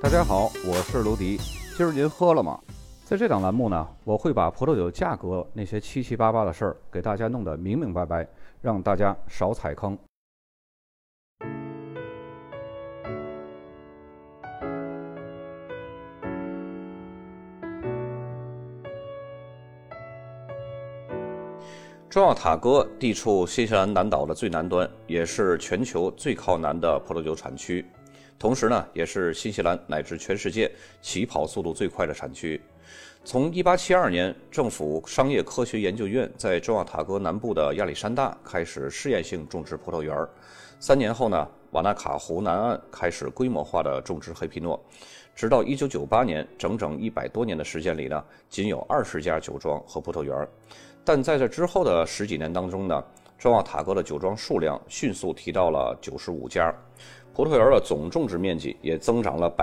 大家好，我是卢迪。今儿您喝了吗？在这档栏目呢，我会把葡萄酒价格那些七七八八的事儿给大家弄得明明白白，让大家少踩坑。 中奥塔哥地处新西兰南岛的最南端，也是全球最靠南的葡萄酒产区，同时呢，也是新西兰乃至全世界起跑速度最快的产区。从1872年，政府商业科学研究院在中奥塔哥南部的亚历山大开始试验性种植葡萄园。3年后呢，瓦纳卡湖南岸开始规模化的种植黑皮诺。直到1998年，整整100多年的时间里呢，仅有20家酒庄和葡萄园。但在这之后的10几年当中呢，中奥塔哥的酒庄数量迅速提到了95家，葡萄园的总种植面积也增长了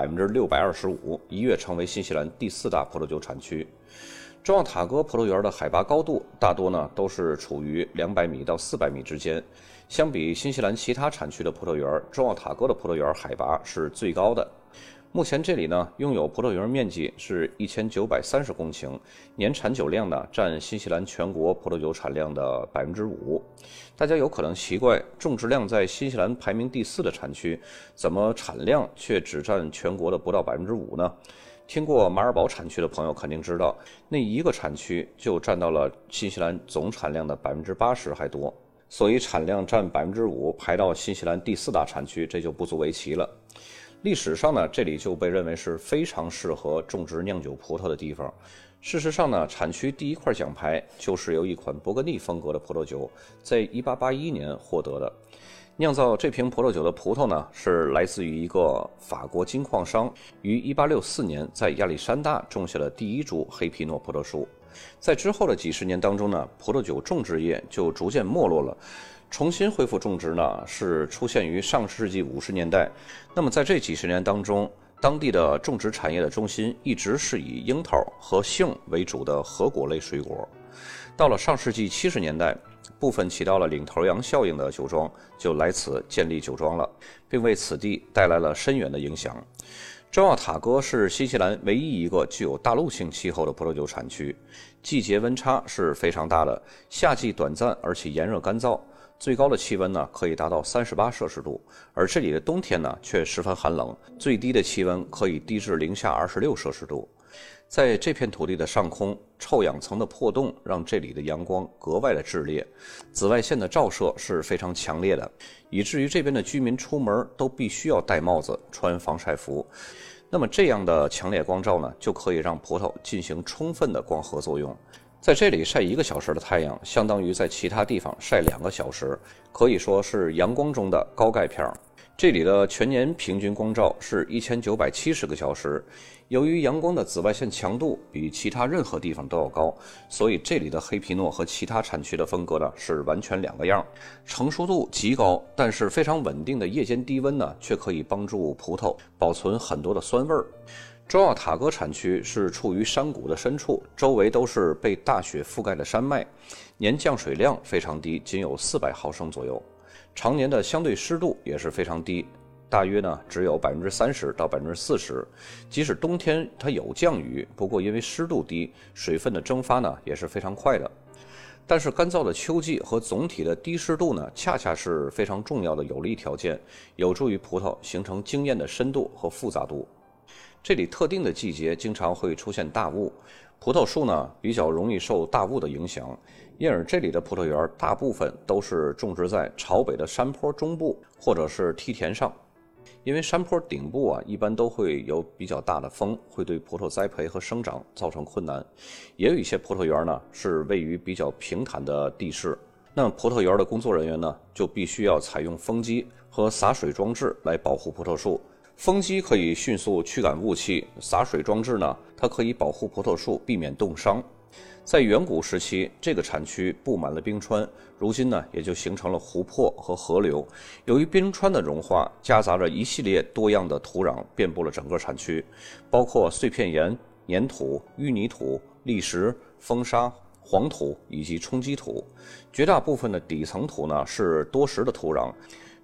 625%，一跃成为新西兰第4大葡萄酒产区。中奥塔哥葡萄园的海拔高度大多呢都是处于200米到400米之间，相比新西兰其他产区的葡萄园，中奥塔哥的葡萄园海拔是最高的。目前这里呢拥有葡萄园面积是1930公顷，年产酒量呢占新西兰全国葡萄酒产量的5%。大家有可能奇怪，种植量在新西兰排名第4的产区，怎么产量却只占全国的不到5%呢？听过马尔堡产区的朋友肯定知道，那一个产区就占到了新西兰总产量的80%还多，所以产量占5%，排到新西兰第4大产区，这就不足为奇了。历史上呢，这里就被认为是非常适合种植酿酒葡萄的地方。事实上呢，产区第1块奖牌就是由一款勃艮第风格的葡萄酒在1881年获得的。酿造这瓶葡萄酒的葡萄呢，是来自于一个法国金矿商于1864年在亚历山大种下了第1株黑皮诺葡萄树。在之后的几十年当中呢，葡萄酒种植业就逐渐没落了。重新恢复种植呢，是出现于上世纪50年代。那么在这几十年当中，当地的种植产业的中心一直是以樱桃和杏为主的核果类水果。到了上世纪70年代，部分起到了领头羊效应的酒庄就来此建立酒庄了，并为此地带来了深远的影响。中奥塔哥是新西兰唯一一个具有大陆性气候的葡萄酒产区，季节温差是非常大的，夏季短暂而且炎热干燥，最高的气温呢可以达到38摄氏度，而这里的冬天呢却十分寒冷，最低的气温可以低至零下26摄氏度。在这片土地的上空，臭氧层的破洞让这里的阳光格外的炽烈，紫外线的照射是非常强烈的，以至于这边的居民出门都必须要戴帽子、穿防晒服。那么这样的强烈光照呢，就可以让葡萄进行充分的光合作用。在这里晒1个小时的太阳，相当于在其他地方晒2个小时，可以说是阳光中的高钙片。这里的全年平均光照是1970个小时，由于阳光的紫外线强度比其他任何地方都要高，所以这里的黑皮诺和其他产区的风格呢是完全2个样。成熟度极高，但是非常稳定的夜间低温呢，却可以帮助葡萄保存很多的酸味儿。中奥塔哥产区是处于山谷的深处，周围都是被大雪覆盖的山脉，年降水量非常低，仅有400毫升左右。常年的相对湿度也是非常低，大约呢只有30%到40%。即使冬天它有降雨，不过因为湿度低，水分的蒸发呢也是非常快的。但是干燥的秋季和总体的低湿度呢，恰恰是非常重要的有利条件，有助于葡萄形成经验的深度和复杂度。这里特定的季节经常会出现大雾，葡萄树呢比较容易受大雾的影响，因而这里的葡萄园大部分都是种植在朝北的山坡中部或者是梯田上。因为山坡顶部啊一般都会有比较大的风，会对葡萄栽培和生长造成困难。也有一些葡萄园呢是位于比较平坦的地势，那葡萄园的工作人员呢就必须要采用风机和洒水装置来保护葡萄树。风机可以迅速驱赶雾气，洒水装置呢，它可以保护葡萄树避免冻伤。在远古时期，这个产区布满了冰川，如今呢也就形成了湖泊和河流。由于冰川的融化，夹杂着一系列多样的土壤遍布了整个产区，包括碎片岩、粘土、淤泥土、砾石、风沙、黄土以及冲积土。绝大部分的底层土呢是多石的土壤，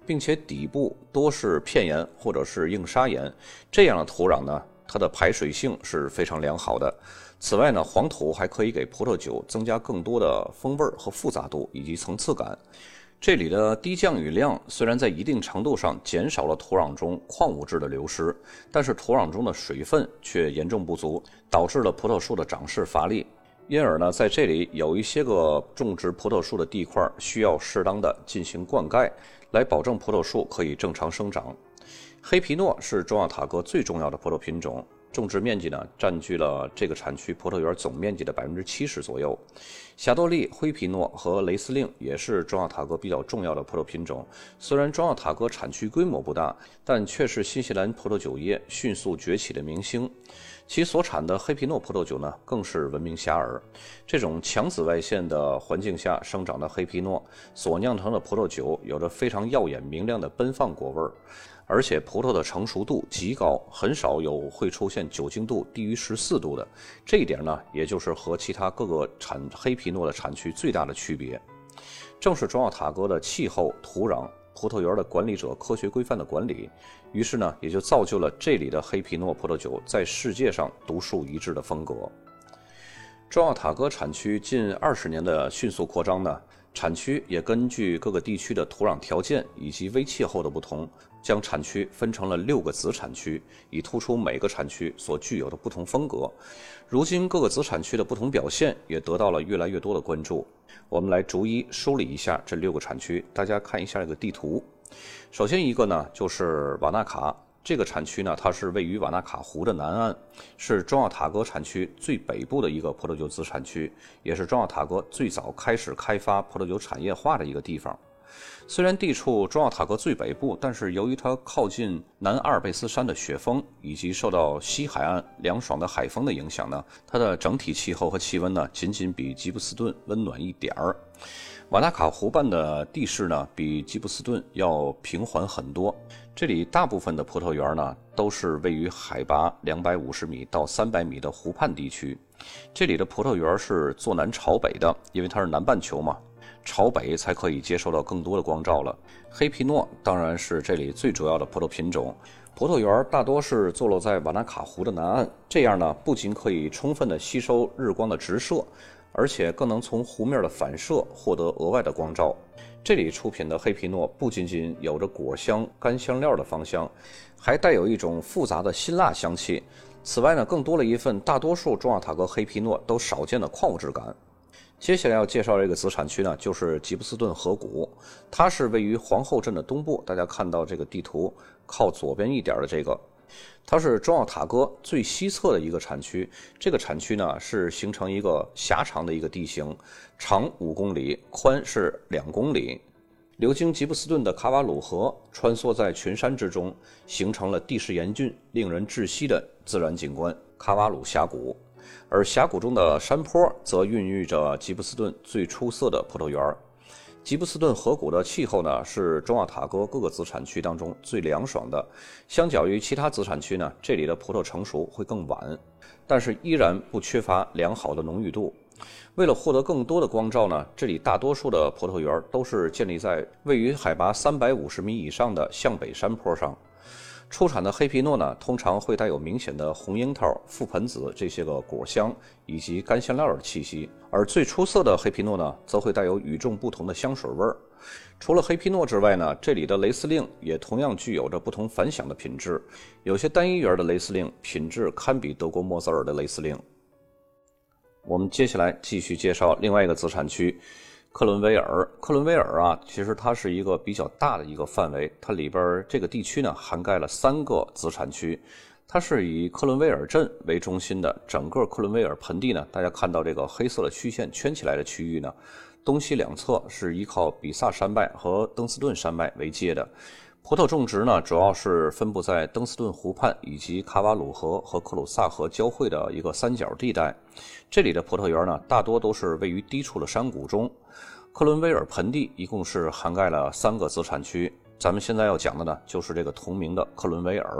并且底部多是片岩或者是硬砂岩，这样的土壤呢，它的排水性是非常良好的。此外呢，黄土还可以给葡萄酒增加更多的风味和复杂度以及层次感。这里的低降雨量虽然在一定程度上减少了土壤中矿物质的流失，但是土壤中的水分却严重不足，导致了葡萄树的长势乏力。因而呢，在这里有一些个种植葡萄树的地块需要适当的进行灌溉，来保证葡萄树可以正常生长。黑皮诺是中奥塔哥最重要的葡萄品种，种植面积呢占据了这个产区葡萄园总面积的70%左右。霞多丽、灰皮诺和雷司令也是中奥塔哥比较重要的葡萄品种。虽然中奥塔哥产区规模不大，但却是新西兰葡萄酒业迅速崛起的明星。其所产的黑皮诺葡萄酒呢，更是闻名遐迩。这种强紫外线的环境下生长的黑皮诺所酿成的葡萄酒，有着非常耀眼明亮的奔放果味，而且葡萄的成熟度极高，很少有会出现酒精度低于14度的。这一点呢，也就是和其他各个产黑皮诺的产区最大的区别。正是中奥塔哥的气候、土壤、葡萄园的管理者科学规范的管理，于是呢，也就造就了这里的黑皮诺葡萄酒在世界上独树一帜的风格。中奥塔哥产区近20年的迅速扩张呢，产区也根据各个地区的土壤条件以及微气候的不同，将产区分成了6个子产区，以突出每个产区所具有的不同风格。如今各个子产区的不同表现也得到了越来越多的关注。我们来逐一梳理一下这6个产区，大家看一下这个地图。首先一个呢，就是瓦纳卡。这个产区呢，它是位于瓦纳卡湖的南岸，是中奥塔哥产区最北部的一个葡萄酒子产区，也是中奥塔哥最早开始开发葡萄酒产业化的一个地方。虽然地处中奥塔哥最北部，但是由于它靠近南阿尔卑斯山的雪峰，以及受到西海岸凉爽的海风的影响呢，它的整体气候和气温呢，仅仅比吉布斯顿温暖一点儿。瓦纳卡湖畔的地势呢，比吉布斯顿要平缓很多。这里大部分的葡萄园呢，都是位于海拔250米到300米的湖畔地区。这里的葡萄园是坐南朝北的，因为它是南半球嘛，朝北才可以接受到更多的光照了。黑皮诺当然是这里最主要的葡萄品种。葡萄园大多是坐落在瓦纳卡湖的南岸，这样呢，不仅可以充分的吸收日光的直射，而且更能从湖面的反射获得额外的光照。这里出品的黑皮诺不仅仅有着果香、干香料的芳香，还带有一种复杂的辛辣香气。此外呢，更多了一份大多数中奥塔哥黑皮诺都少见的矿物质感。接下来要介绍这个子产区呢，就是吉布斯顿河谷，它是位于皇后镇的东部。大家看到这个地图靠左边一点的这个，它是中奥塔哥最西侧的一个产区。这个产区呢，是形成一个狭长的一个地形，长5公里，宽是2公里。流经吉布斯顿的卡瓦鲁河穿梭在群山之中，形成了地势严峻、令人窒息的自然景观——卡瓦鲁峡谷。而峡谷中的山坡则孕育着吉布斯顿最出色的葡萄园。吉布斯顿河谷的气候呢，是中奥塔哥各个子产区当中最凉爽的。相较于其他子产区呢，这里的葡萄成熟会更晚，但是依然不缺乏良好的浓郁度。为了获得更多的光照呢，这里大多数的葡萄园都是建立在位于海拔350米以上的向北山坡上。出产的黑皮诺呢，通常会带有明显的红樱桃、覆盆子这些个果香以及干香料的气息，而最出色的黑皮诺呢，则会带有与众不同的香水味儿。除了黑皮诺之外呢，这里的雷司令也同样具有着不同凡响的品质。有些单一园的雷司令品质堪比德国莫泽尔的雷司令。我们接下来继续介绍另外一个子产区克伦威尔。克伦威尔啊，其实它是一个比较大的一个范围，它里边这个地区呢涵盖了3个子产区。它是以克伦威尔镇为中心的，整个克伦威尔盆地呢，大家看到这个黑色的曲线圈起来的区域呢，东西两侧是依靠比萨山脉和登斯顿山脉为界的。葡萄种植呢，主要是分布在登斯顿湖畔以及卡瓦鲁河和克鲁萨河交汇的一个三角地带。这里的葡萄园呢，大多都是位于低处的山谷中。克伦威尔盆地一共是涵盖了3个子产区，咱们现在要讲的呢，就是这个同名的克伦威尔。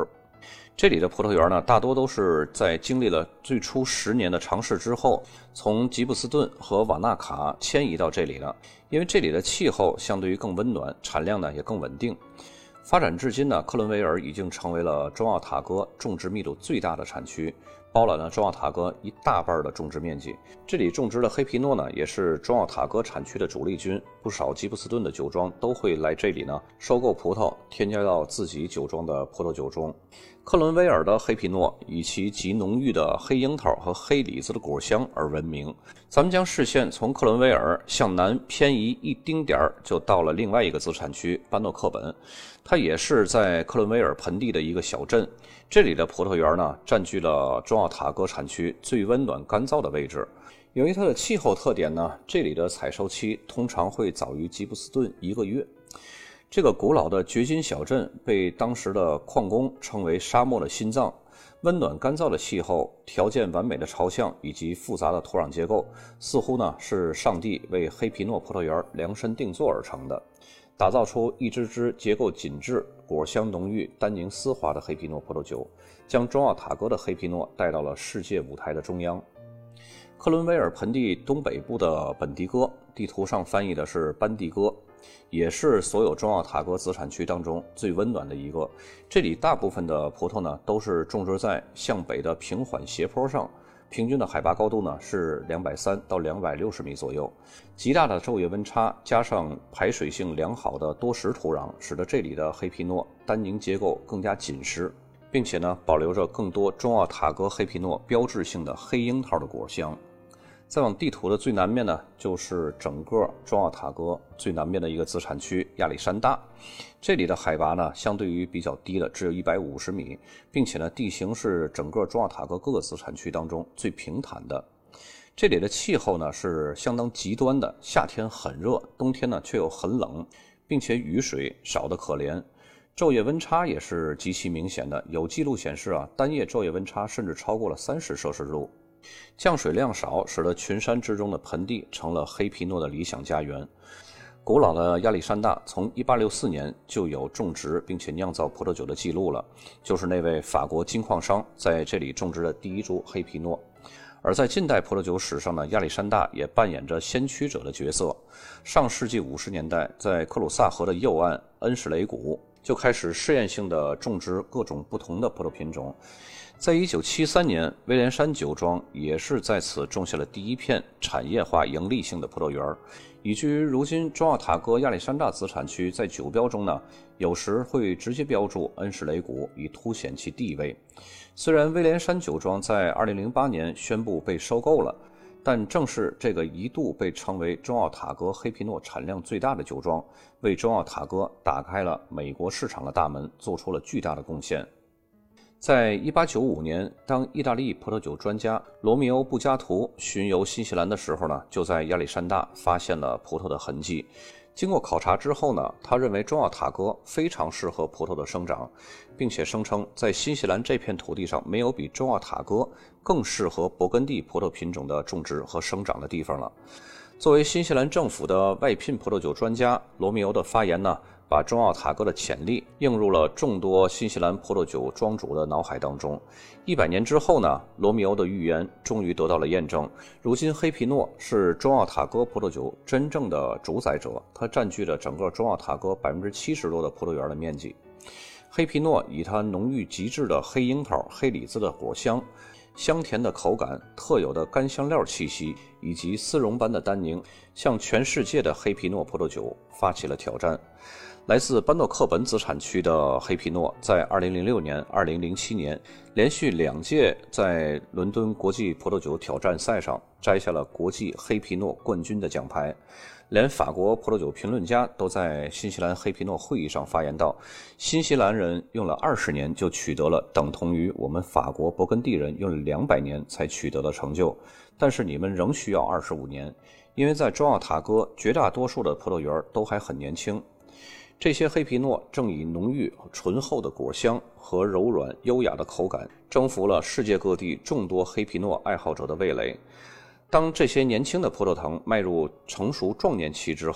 这里的葡萄园呢，大多都是在经历了最初10年的尝试之后，从吉布斯顿和瓦纳卡迁移到这里的。因为这里的气候相对于更温暖，产量呢也更稳定。发展至今呢，克伦威尔已经成为了中奥塔哥种植密度最大的产区，包揽了中奥塔哥一大半的种植面积。这里种植的黑皮诺呢，也是中奥塔哥产区的主力军。不少吉布斯顿的酒庄都会来这里呢收购葡萄，添加到自己酒庄的葡萄酒中。克伦威尔的黑皮诺以其极浓郁的黑樱桃和黑李子的果香而闻名。咱们将视线从克伦威尔向南偏移一丁点儿，就到了另外一个子产区班诺克本。它也是在克伦威尔盆地的一个小镇。这里的葡萄园呢，占据了中奥塔哥产区最温暖干燥的位置。由于它的气候特点呢，这里的采收期通常会早于吉布斯顿1个月。这个古老的掘金小镇被当时的矿工称为沙漠的心脏。温暖干燥的气候、条件完美的朝向以及复杂的土壤结构，似乎呢是上帝为黑皮诺葡萄园量身定做而成的，打造出一支支结构紧致、果香浓郁、单宁丝滑的黑皮诺葡萄酒，将中奥塔哥的黑皮诺带到了世界舞台的中央。克伦威尔盆地东北部的本迪戈，地图上翻译的是班蒂戈，也是所有中奥塔哥子产区当中最温暖的一个。这里大部分的葡萄呢都是种植在向北的平缓斜坡上，平均的海拔高度呢是230到260米左右。极大的昼夜温差加上排水性良好的多石土壤，使得这里的黑皮诺单宁结构更加紧实，并且呢保留着更多中奥塔哥黑皮诺标志性的黑樱桃的果香。再往地图的最南面呢，就是整个中奥塔哥最南面的一个子产区亚历山大。这里的海拔呢，相对于比较低的只有150米，并且呢，地形是整个中奥塔哥各个子产区当中最平坦的。这里的气候呢是相当极端的，夏天很热，冬天呢却又很冷，并且雨水少得可怜。昼夜温差也是极其明显的，有记录显示啊，单夜昼夜温差甚至超过了30摄氏度。降水量少，使得群山之中的盆地成了黑皮诺的理想家园。古老的亚历山大从1864年就有种植并且酿造葡萄酒的记录了，就是那位法国金矿商在这里种植的第一株黑皮诺。而在近代葡萄酒史上呢，亚历山大也扮演着先驱者的角色。上世纪50年代，在克鲁萨河的右岸恩士雷谷就开始试验性的种植各种不同的葡萄品种。在1973年，威廉山酒庄也是在此种下了第一片产业化盈利性的葡萄园，以至于如今中奥塔哥亚历山大子产区在酒标中呢，有时会直接标注恩士雷谷，以凸显其地位。虽然威廉山酒庄在2008年宣布被收购了，但正是这个一度被称为中奥塔哥黑皮诺产量最大的酒庄，为中奥塔哥打开了美国市场的大门，做出了巨大的贡献。在1895年，当意大利葡萄酒专家罗密欧·布加图巡游新西兰的时候呢，就在亚历山大发现了葡萄的痕迹。经过考察之后呢，他认为中奥塔哥非常适合葡萄的生长，并且声称在新西兰这片土地上没有比中奥塔哥更适合勃艮第葡萄品种的种植和生长的地方了。作为新西兰政府的外聘葡萄酒专家，罗密欧的发言呢，把中奥塔哥的潜力映入了众多新西兰葡萄酒庄主的脑海当中。100年之后呢，罗密欧的预言终于得到了验证。如今黑皮诺是中奥塔哥葡萄酒真正的主宰者，它占据了整个中奥塔哥70%多的葡萄园的面积。黑皮诺以它浓郁极致的黑樱桃、黑李子的果香，香甜的口感，特有的干香料气息，以及丝绒般的单宁，向全世界的黑皮诺葡萄酒发起了挑战。来自班诺克本子产区的黑皮诺在2006年、2007年连续2届在伦敦国际葡萄酒挑战赛上摘下了国际黑皮诺冠军的奖牌。连法国葡萄酒评论家都在新西兰黑皮诺会议上发言道，新西兰人用了20年就取得了等同于我们法国勃艮第人用了200年才取得的成就，但是你们仍需要25年，因为在中奥塔哥绝大多数的葡萄园都还很年轻。这些黑皮诺正以浓郁醇厚的果香和柔软优雅的口感征服了世界各地众多黑皮诺爱好者的味蕾。当这些年轻的葡萄藤迈入成熟壮年期之后，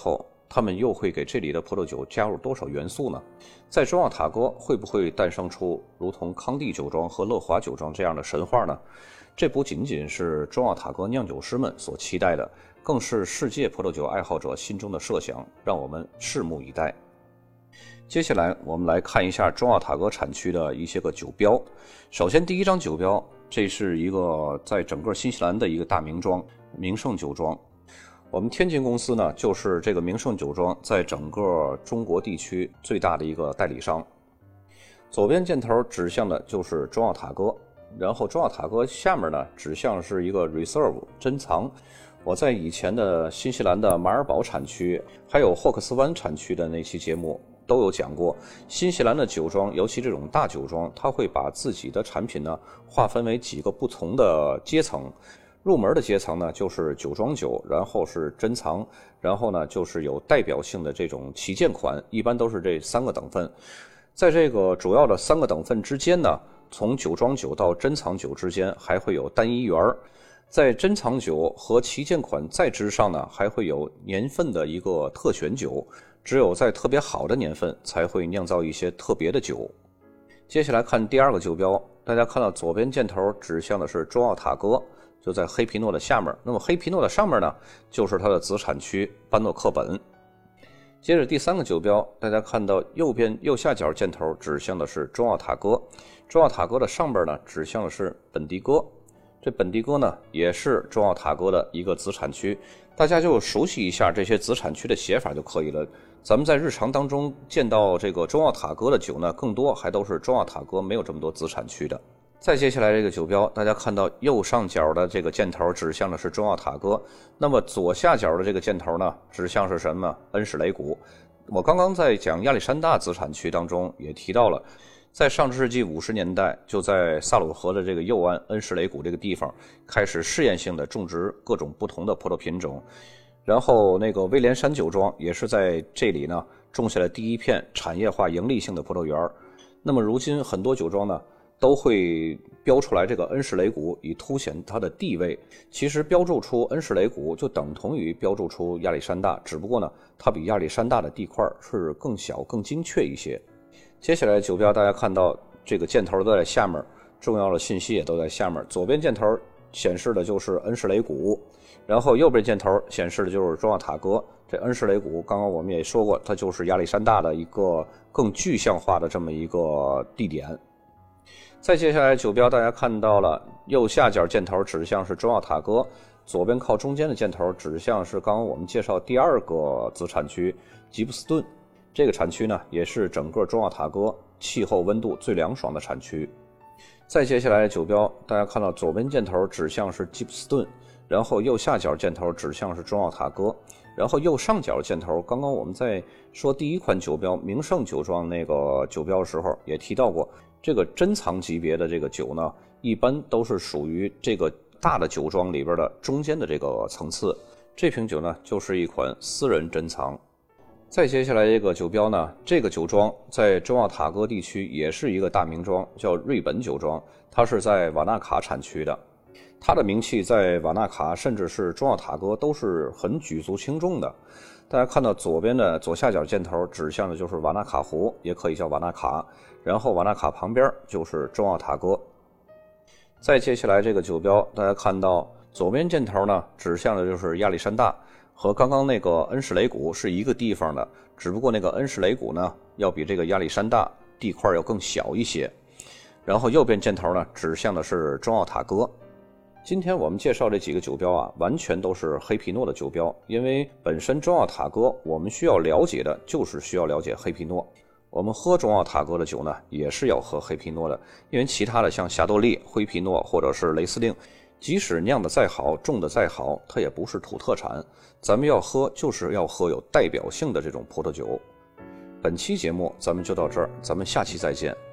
他们又会给这里的葡萄酒加入多少元素呢？在中奥塔戈会不会诞生出如同康帝酒庄和乐华酒庄这样的神话呢？这不仅仅是中奥塔戈酿酒师们所期待的，更是世界葡萄酒爱好者心中的设想，让我们拭目以待。接下来我们来看一下中奥塔戈产区的一些个酒标。首先第一张酒标，这是一个在整个新西兰的一个大名庄，名胜酒庄。我们天津公司呢，就是这个名胜酒庄在整个中国地区最大的一个代理商。左边箭头指向的就是中奥塔戈，然后中奥塔戈下面呢指向是一个 reserve 珍藏。我在以前的新西兰的马尔堡产区还有霍克斯湾产区的那期节目都有讲过，新西兰的酒庄，尤其这种大酒庄，它会把自己的产品呢划分为几个不同的阶层。入门的阶层呢就是酒庄酒，然后是珍藏，然后呢就是有代表性的这种旗舰款，一般都是这3个等分。在这个主要的3个等分之间呢，从酒庄酒到珍藏酒之间还会有单一园，在珍藏酒和旗舰款再之上呢，还会有年份的一个特选酒，只有在特别好的年份才会酿造一些特别的酒。接下来看第二个酒标，大家看到左边箭头指向的是中奥塔戈，就在黑皮诺的下面。那么黑皮诺的上面呢，就是它的子产区班诺克本。接着第3个酒标，大家看到右下角箭头指向的是中奥塔戈，中奥塔戈的上边呢指向的是本地戈。这本地戈呢也是中奥塔戈的一个子产区，大家就熟悉一下这些子产区的写法就可以了。咱们在日常当中见到这个中奥塔戈的酒呢，更多还都是中奥塔戈，没有这么多子产区的。再接下来这个酒标，大家看到右上角的这个箭头指向的是中奥塔戈，那么左下角的这个箭头呢指向是什么？恩施雷古。我刚刚在讲亚历山大子产区当中也提到了，在上世纪50年代，就在萨鲁河的这个右岸恩施雷古这个地方开始试验性的种植各种不同的葡萄品种，然后那个威廉山酒庄也是在这里呢种下了第一片产业化盈利性的葡萄园。那么如今很多酒庄呢都会标出来这个恩施雷古，以凸显它的地位。其实标注出恩施雷古就等同于标注出亚历山大，只不过呢它比亚历山大的地块是更小更精确一些。接下来酒标大家看到这个箭头都在下面，重要的信息也都在下面。左边箭头显示的就是恩施雷古，然后右边箭头显示的就是中奥塔戈。这恩施雷古刚刚我们也说过，它就是亚历山大的一个更具象化的这么一个地点。再接下来酒标大家看到了，右下角箭头指向是中奥塔戈，左边靠中间的箭头指向是刚刚我们介绍第2个子产区吉布斯顿。这个产区呢也是整个中奥塔戈气候温度最凉爽的产区。再接下来的酒标大家看到左边箭头指向是吉布斯顿，然后右下角箭头指向是中奥塔戈，然后右上角箭头刚刚我们在说第1款酒标名胜酒庄那个酒标的时候也提到过，这个珍藏级别的这个酒呢一般都是属于这个大的酒庄里边的中间的这个层次。这瓶酒呢就是一款私人珍藏。再接下来这个酒标呢，这个酒庄在中奥塔戈地区也是一个大名庄，叫瑞本酒庄，它是在瓦纳卡产区的。它的名气在瓦纳卡甚至是中奥塔戈都是很举足轻重的。大家看到左边的左下角箭头指向的就是瓦纳卡湖，也可以叫瓦纳卡，然后瓦纳卡旁边就是中奥塔戈。再接下来这个酒标大家看到左边箭头呢指向的就是亚历山大，和刚刚那个恩施雷古是一个地方的，只不过那个恩施雷古呢要比这个亚历山大地块要更小一些。然后右边箭头呢指向的是中奥塔戈。今天我们介绍这几个酒标啊，完全都是黑皮诺的酒标，因为本身中奥塔戈我们需要了解的就是需要了解黑皮诺。我们喝中奥塔戈的酒呢也是要喝黑皮诺的，因为其他的像霞多丽、灰皮诺或者是雷司令，即使酿的再好，种的再好，它也不是土特产。咱们要喝就是要喝有代表性的这种葡萄酒。本期节目咱们就到这儿，咱们下期再见。